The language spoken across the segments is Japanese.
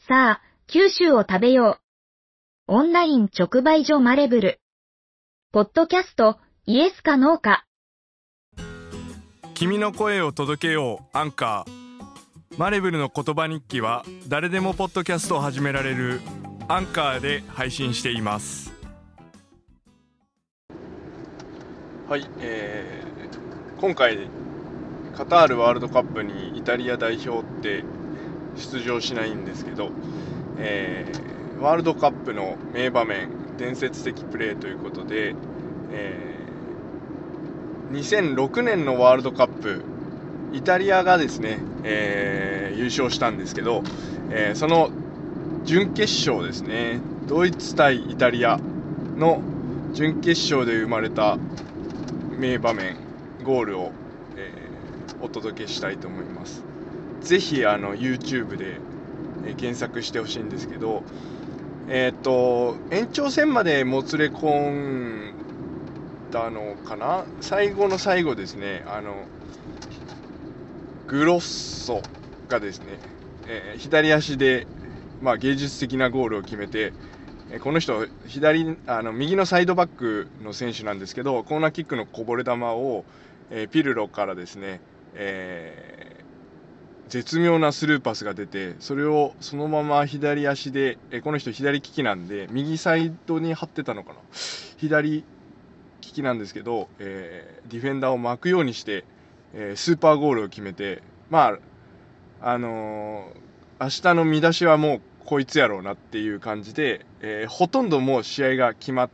さあ、九州を食べよう。オンライン直売所マレブル。ポッドキャスト、イエスかノーか。 君の声を届けよう、アンカー。マレブルの言葉日記は誰でもポッドキャストを始められるアンカーで配信しています。はい、今回カタールワールドカップにイタリア代表って出場しないんですけど、ワールドカップの名場面、伝説的プレーということで、2006年のワールドカップ、イタリアがですね、優勝したんですけど、その準決勝ですね、ドイツ対イタリアの準決勝で生まれた名場面、ゴールを、お届けしたいと思います。ぜひYouTube で、検索してほしいんですけど、延長戦までもつれ込んだのかな、最後の最後ですね、グロッソがですね、左足で、芸術的なゴールを決めて、この人右のサイドバックの選手なんですけど、コーナーキックのこぼれ球を、ピルロからですね、絶妙なスルーパスが出て、それをそのまま左足で、この人左利きなんで右サイドに張ってたのかな、左利きなんですけど、ディフェンダーを巻くようにして、スーパーゴールを決めて、明日の見出しはもうこいつやろうなっていう感じで、ほとんどもう試合が決まって、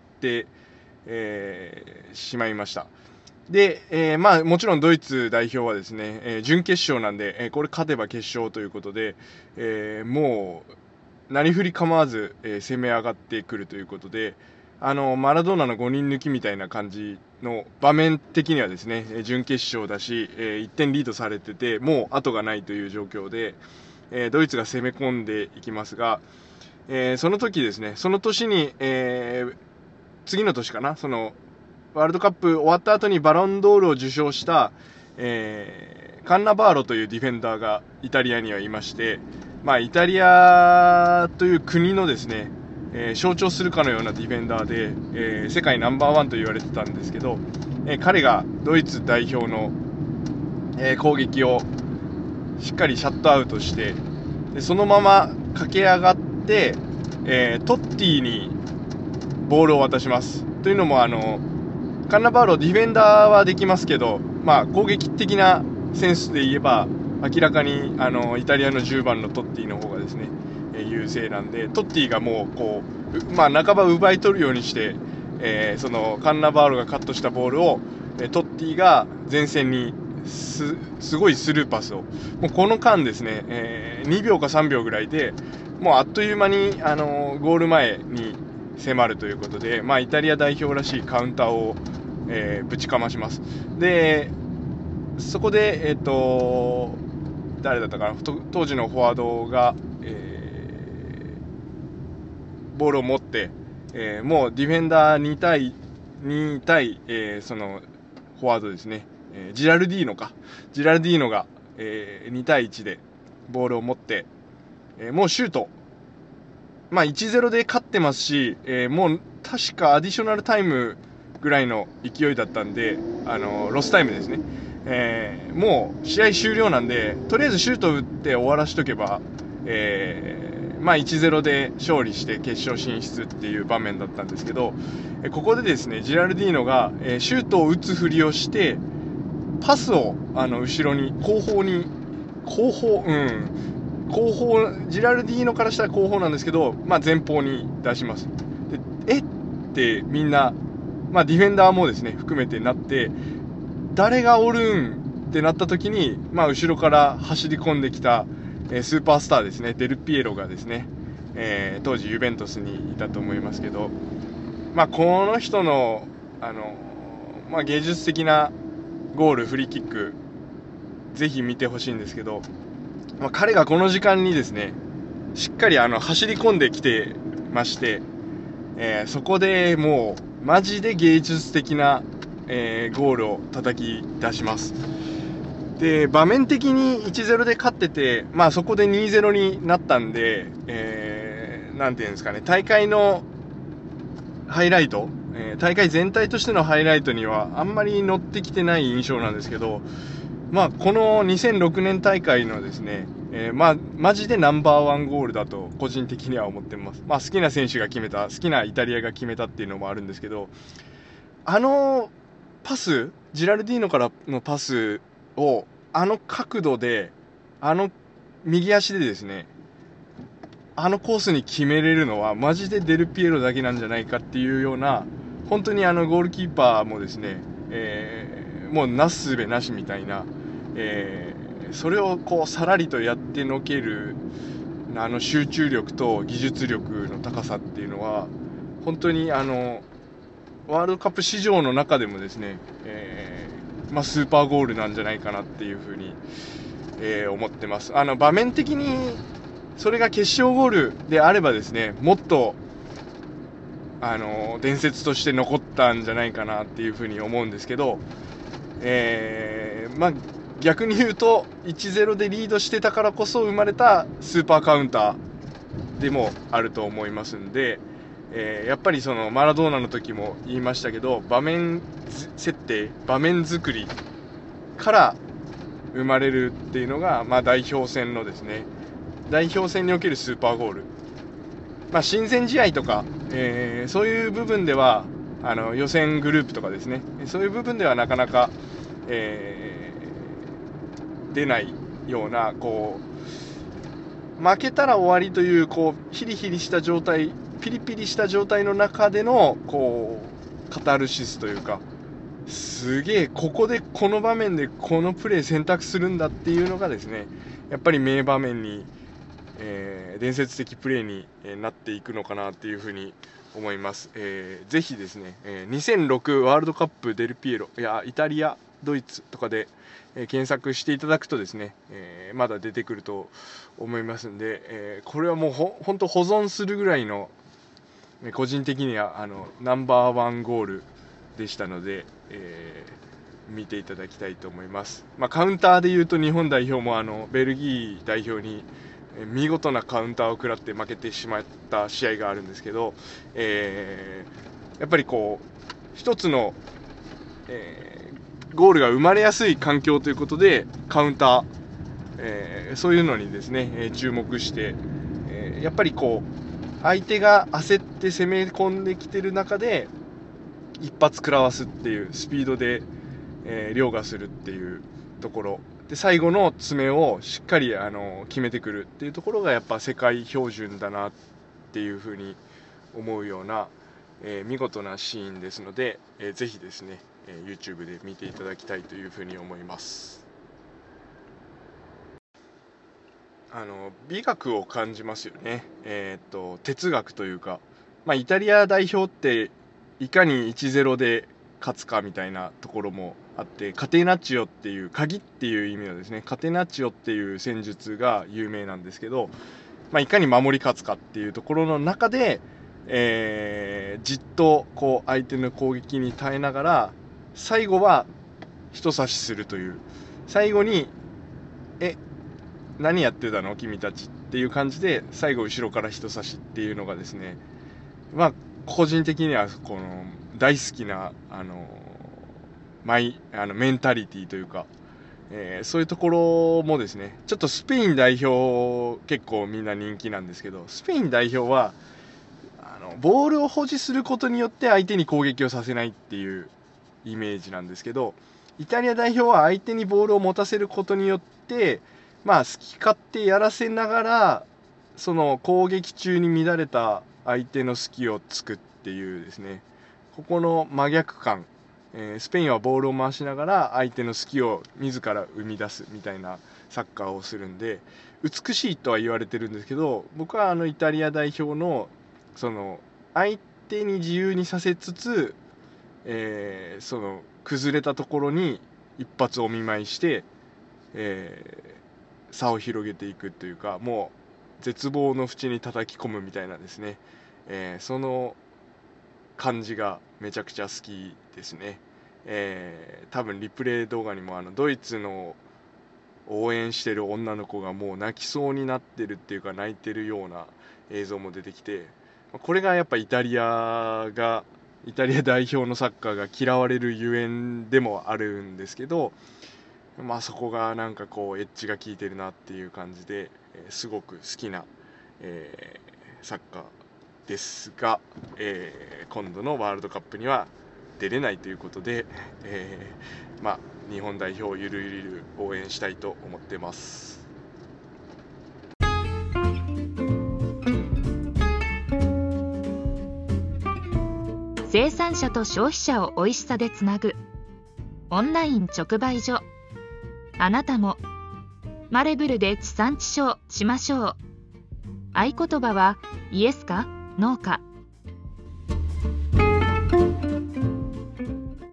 しまいました。で、もちろんドイツ代表はですね、準決勝なんで、これ勝てば決勝ということで、もう何振り構わず、攻め上がってくるということで、マラドーナの5人抜きみたいな感じの場面的にはですね、準決勝だし、1点リードされててもう後がないという状況で、ドイツが攻め込んでいきますが、その時ですね、その年に、次の年かな、そのワールドカップ終わった後にバロンドールを受賞した、カンナバーロというディフェンダーがイタリアにはいまして、イタリアという国のですね、象徴するかのようなディフェンダーで、世界ナンバーワンと言われてたんですけど、彼がドイツ代表の、攻撃をしっかりシャットアウトして、でそのまま駆け上がって、トッティにボールを渡します。というのもカンナバーロディフェンダーはできますけど、攻撃的なセンスで言えば明らかにイタリアの10番のトッティの方がですね、優勢なんで、トッティがもうこう、半ば奪い取るようにして、そのカンナバーロがカットしたボールを、トッティが前線にすごいスルーパスを、もうこの間ですね、2秒か3秒ぐらいでもうあっという間にゴール前に迫るということで、イタリア代表らしいカウンターを、ぶちかまします。でそこで、誰だったかな、当時のフォワードが、ボールを持って、もうディフェンダー2対2対、そのフォワードですね、ジラルディーノが、2対1でボールを持って、もうシュート、1-0 で勝ってますし、もう確かアディショナルタイムぐらいの勢いだったんで、ロスタイムですね、もう試合終了なんで、とりあえずシュート打って終わらしとけば、1-0 で勝利して決勝進出っていう場面だったんですけど、ここでですね、ジラルディーノが、シュートを打つふりをしてパスを後ろに後方、ジラルディーノからしたら後方なんですけど、前方に出します。でってみんな、ディフェンダーもですね含めてなって、誰がおるんってなった時に、後ろから走り込んできた、スーパースターですね、デルピエロがですね、当時ユベントスにいたと思いますけど、この人の芸術的なゴール、フリーキック、ぜひ見てほしいんですけど、彼がこの時間にですねしっかり走り込んできてまして、そこでもうマジで芸術的な、ゴールを叩き出します。 で、場面的に 1-0 で勝ってて、まあそこで 2-0 になったんで、なんていうんですかね、大会のハイライト、大会全体としてのハイライトにはあんまり乗ってきてない印象なんですけど、まあこの2006年大会のですね、まあマジでナンバーワンゴールだと個人的には思ってます。まあ好きな選手が決めた、好きなイタリアが決めたっていうのもあるんですけど、パス、ジラルディーノからのパスを角度で、右足でですね、コースに決めれるのはマジでデルピエロだけなんじゃないかっていうような、本当にゴールキーパーもですね、もうなすすべなしみたいな、それをこうさらりとやってのける集中力と技術力の高さっていうのは本当にワールドカップ史上の中でもですね、まあ、スーパーゴールなんじゃないかなっていうふうに、思ってます。場面的にそれが決勝ゴールであればですね、もっと伝説として残ったんじゃないかなっていうふうに思うんですけど、まあ逆に言うと 1-0 でリードしてたからこそ生まれたスーパーカウンターでもあると思いますんで、やっぱりそのマラドーナの時も言いましたけど、場面設定、場面作りから生まれるっていうのが、まあ、代表戦のですね、代表戦におけるスーパーゴール、まあ、親善試合とか、そういう部分では予選グループとかですね、そういう部分ではなかなか、出ないようなこう負けたら終わりというこうヒリヒリした状態、ピリピリした状態の中でのこうカタルシスというか、すげえここでこの場面でこのプレー選択するんだっていうのがですね、やっぱり名場面に、伝説的プレーになっていくのかなっていうふうに思います。ぜひですね、2006ワールドカップデルピエロ、いやイタリアドイツとかで、検索していただくとですね、まだ出てくると思いますんで、これはもうほんと保存するぐらいの、個人的にはナンバーワンゴールでしたので、見ていただきたいと思います。まあ、カウンターでいうと日本代表もベルギー代表に見事なカウンターを食らって負けてしまった試合があるんですけど、やっぱりこう一つの、ゴールが生まれやすい環境ということでカウンター、そういうのにですね、注目して、やっぱりこう相手が焦って攻め込んできてる中で一発食らわすっていうスピードで、凌駕するっていうところで、最後の詰めをしっかり決めてくるっていうところがやっぱ世界標準だなっていうふうに思うような、見事なシーンですので、ぜひですね、YouTube で見ていただきたいというふうに思います。美学を感じますよね。哲学というか、まあ、イタリア代表っていかに 1-0 で勝つかみたいなところもあって、カテナチオっていう鍵っていう意味のですね、カテナチオっていう戦術が有名なんですけど、まあ、いかに守り勝つかっていうところの中で、じっとこう相手の攻撃に耐えながら最後は一差しするという、最後に何やってたの君たちっていう感じで最後後ろから人差しっていうのがですね、まあ個人的にはこの大好きなメンタリティというか、そういうところもですね、ちょっとスペイン代表結構みんな人気なんですけど、スペイン代表はボールを保持することによって相手に攻撃をさせないっていうイメージなんですけど、イタリア代表は相手にボールを持たせることによってまあ好き勝手やらせながらその攻撃中に乱れた相手の隙を突くっていうですね、ここの真逆感、スペインはボールを回しながら相手の隙を自ら生み出すみたいなサッカーをするんで、美しいとは言われてるんですけど、僕はイタリア代表のその相手に自由にさせつつ、その崩れたところに一発お見舞いして、差を広げていくというか、もう絶望の淵に叩き込むみたいなですね、その感じがめちゃくちゃ好きですね。多分リプレイ動画にもドイツの応援してる女の子がもう泣きそうになってるっていうか泣いてるような映像も出てきて、これがやっぱイタリア代表のサッカーが嫌われるゆえんでもあるんですけど、そこがなんかこうエッジが効いてるなっていう感じで、すごく好きな、サッカーですが、今度のワールドカップには出れないということで、日本代表をゆるゆる応援したいと思ってます。 生産者と消費者を美味しさでつなぐオンライン直売所。あなたもマレブルで地産地消しましょう。合言葉はイエスかノーか。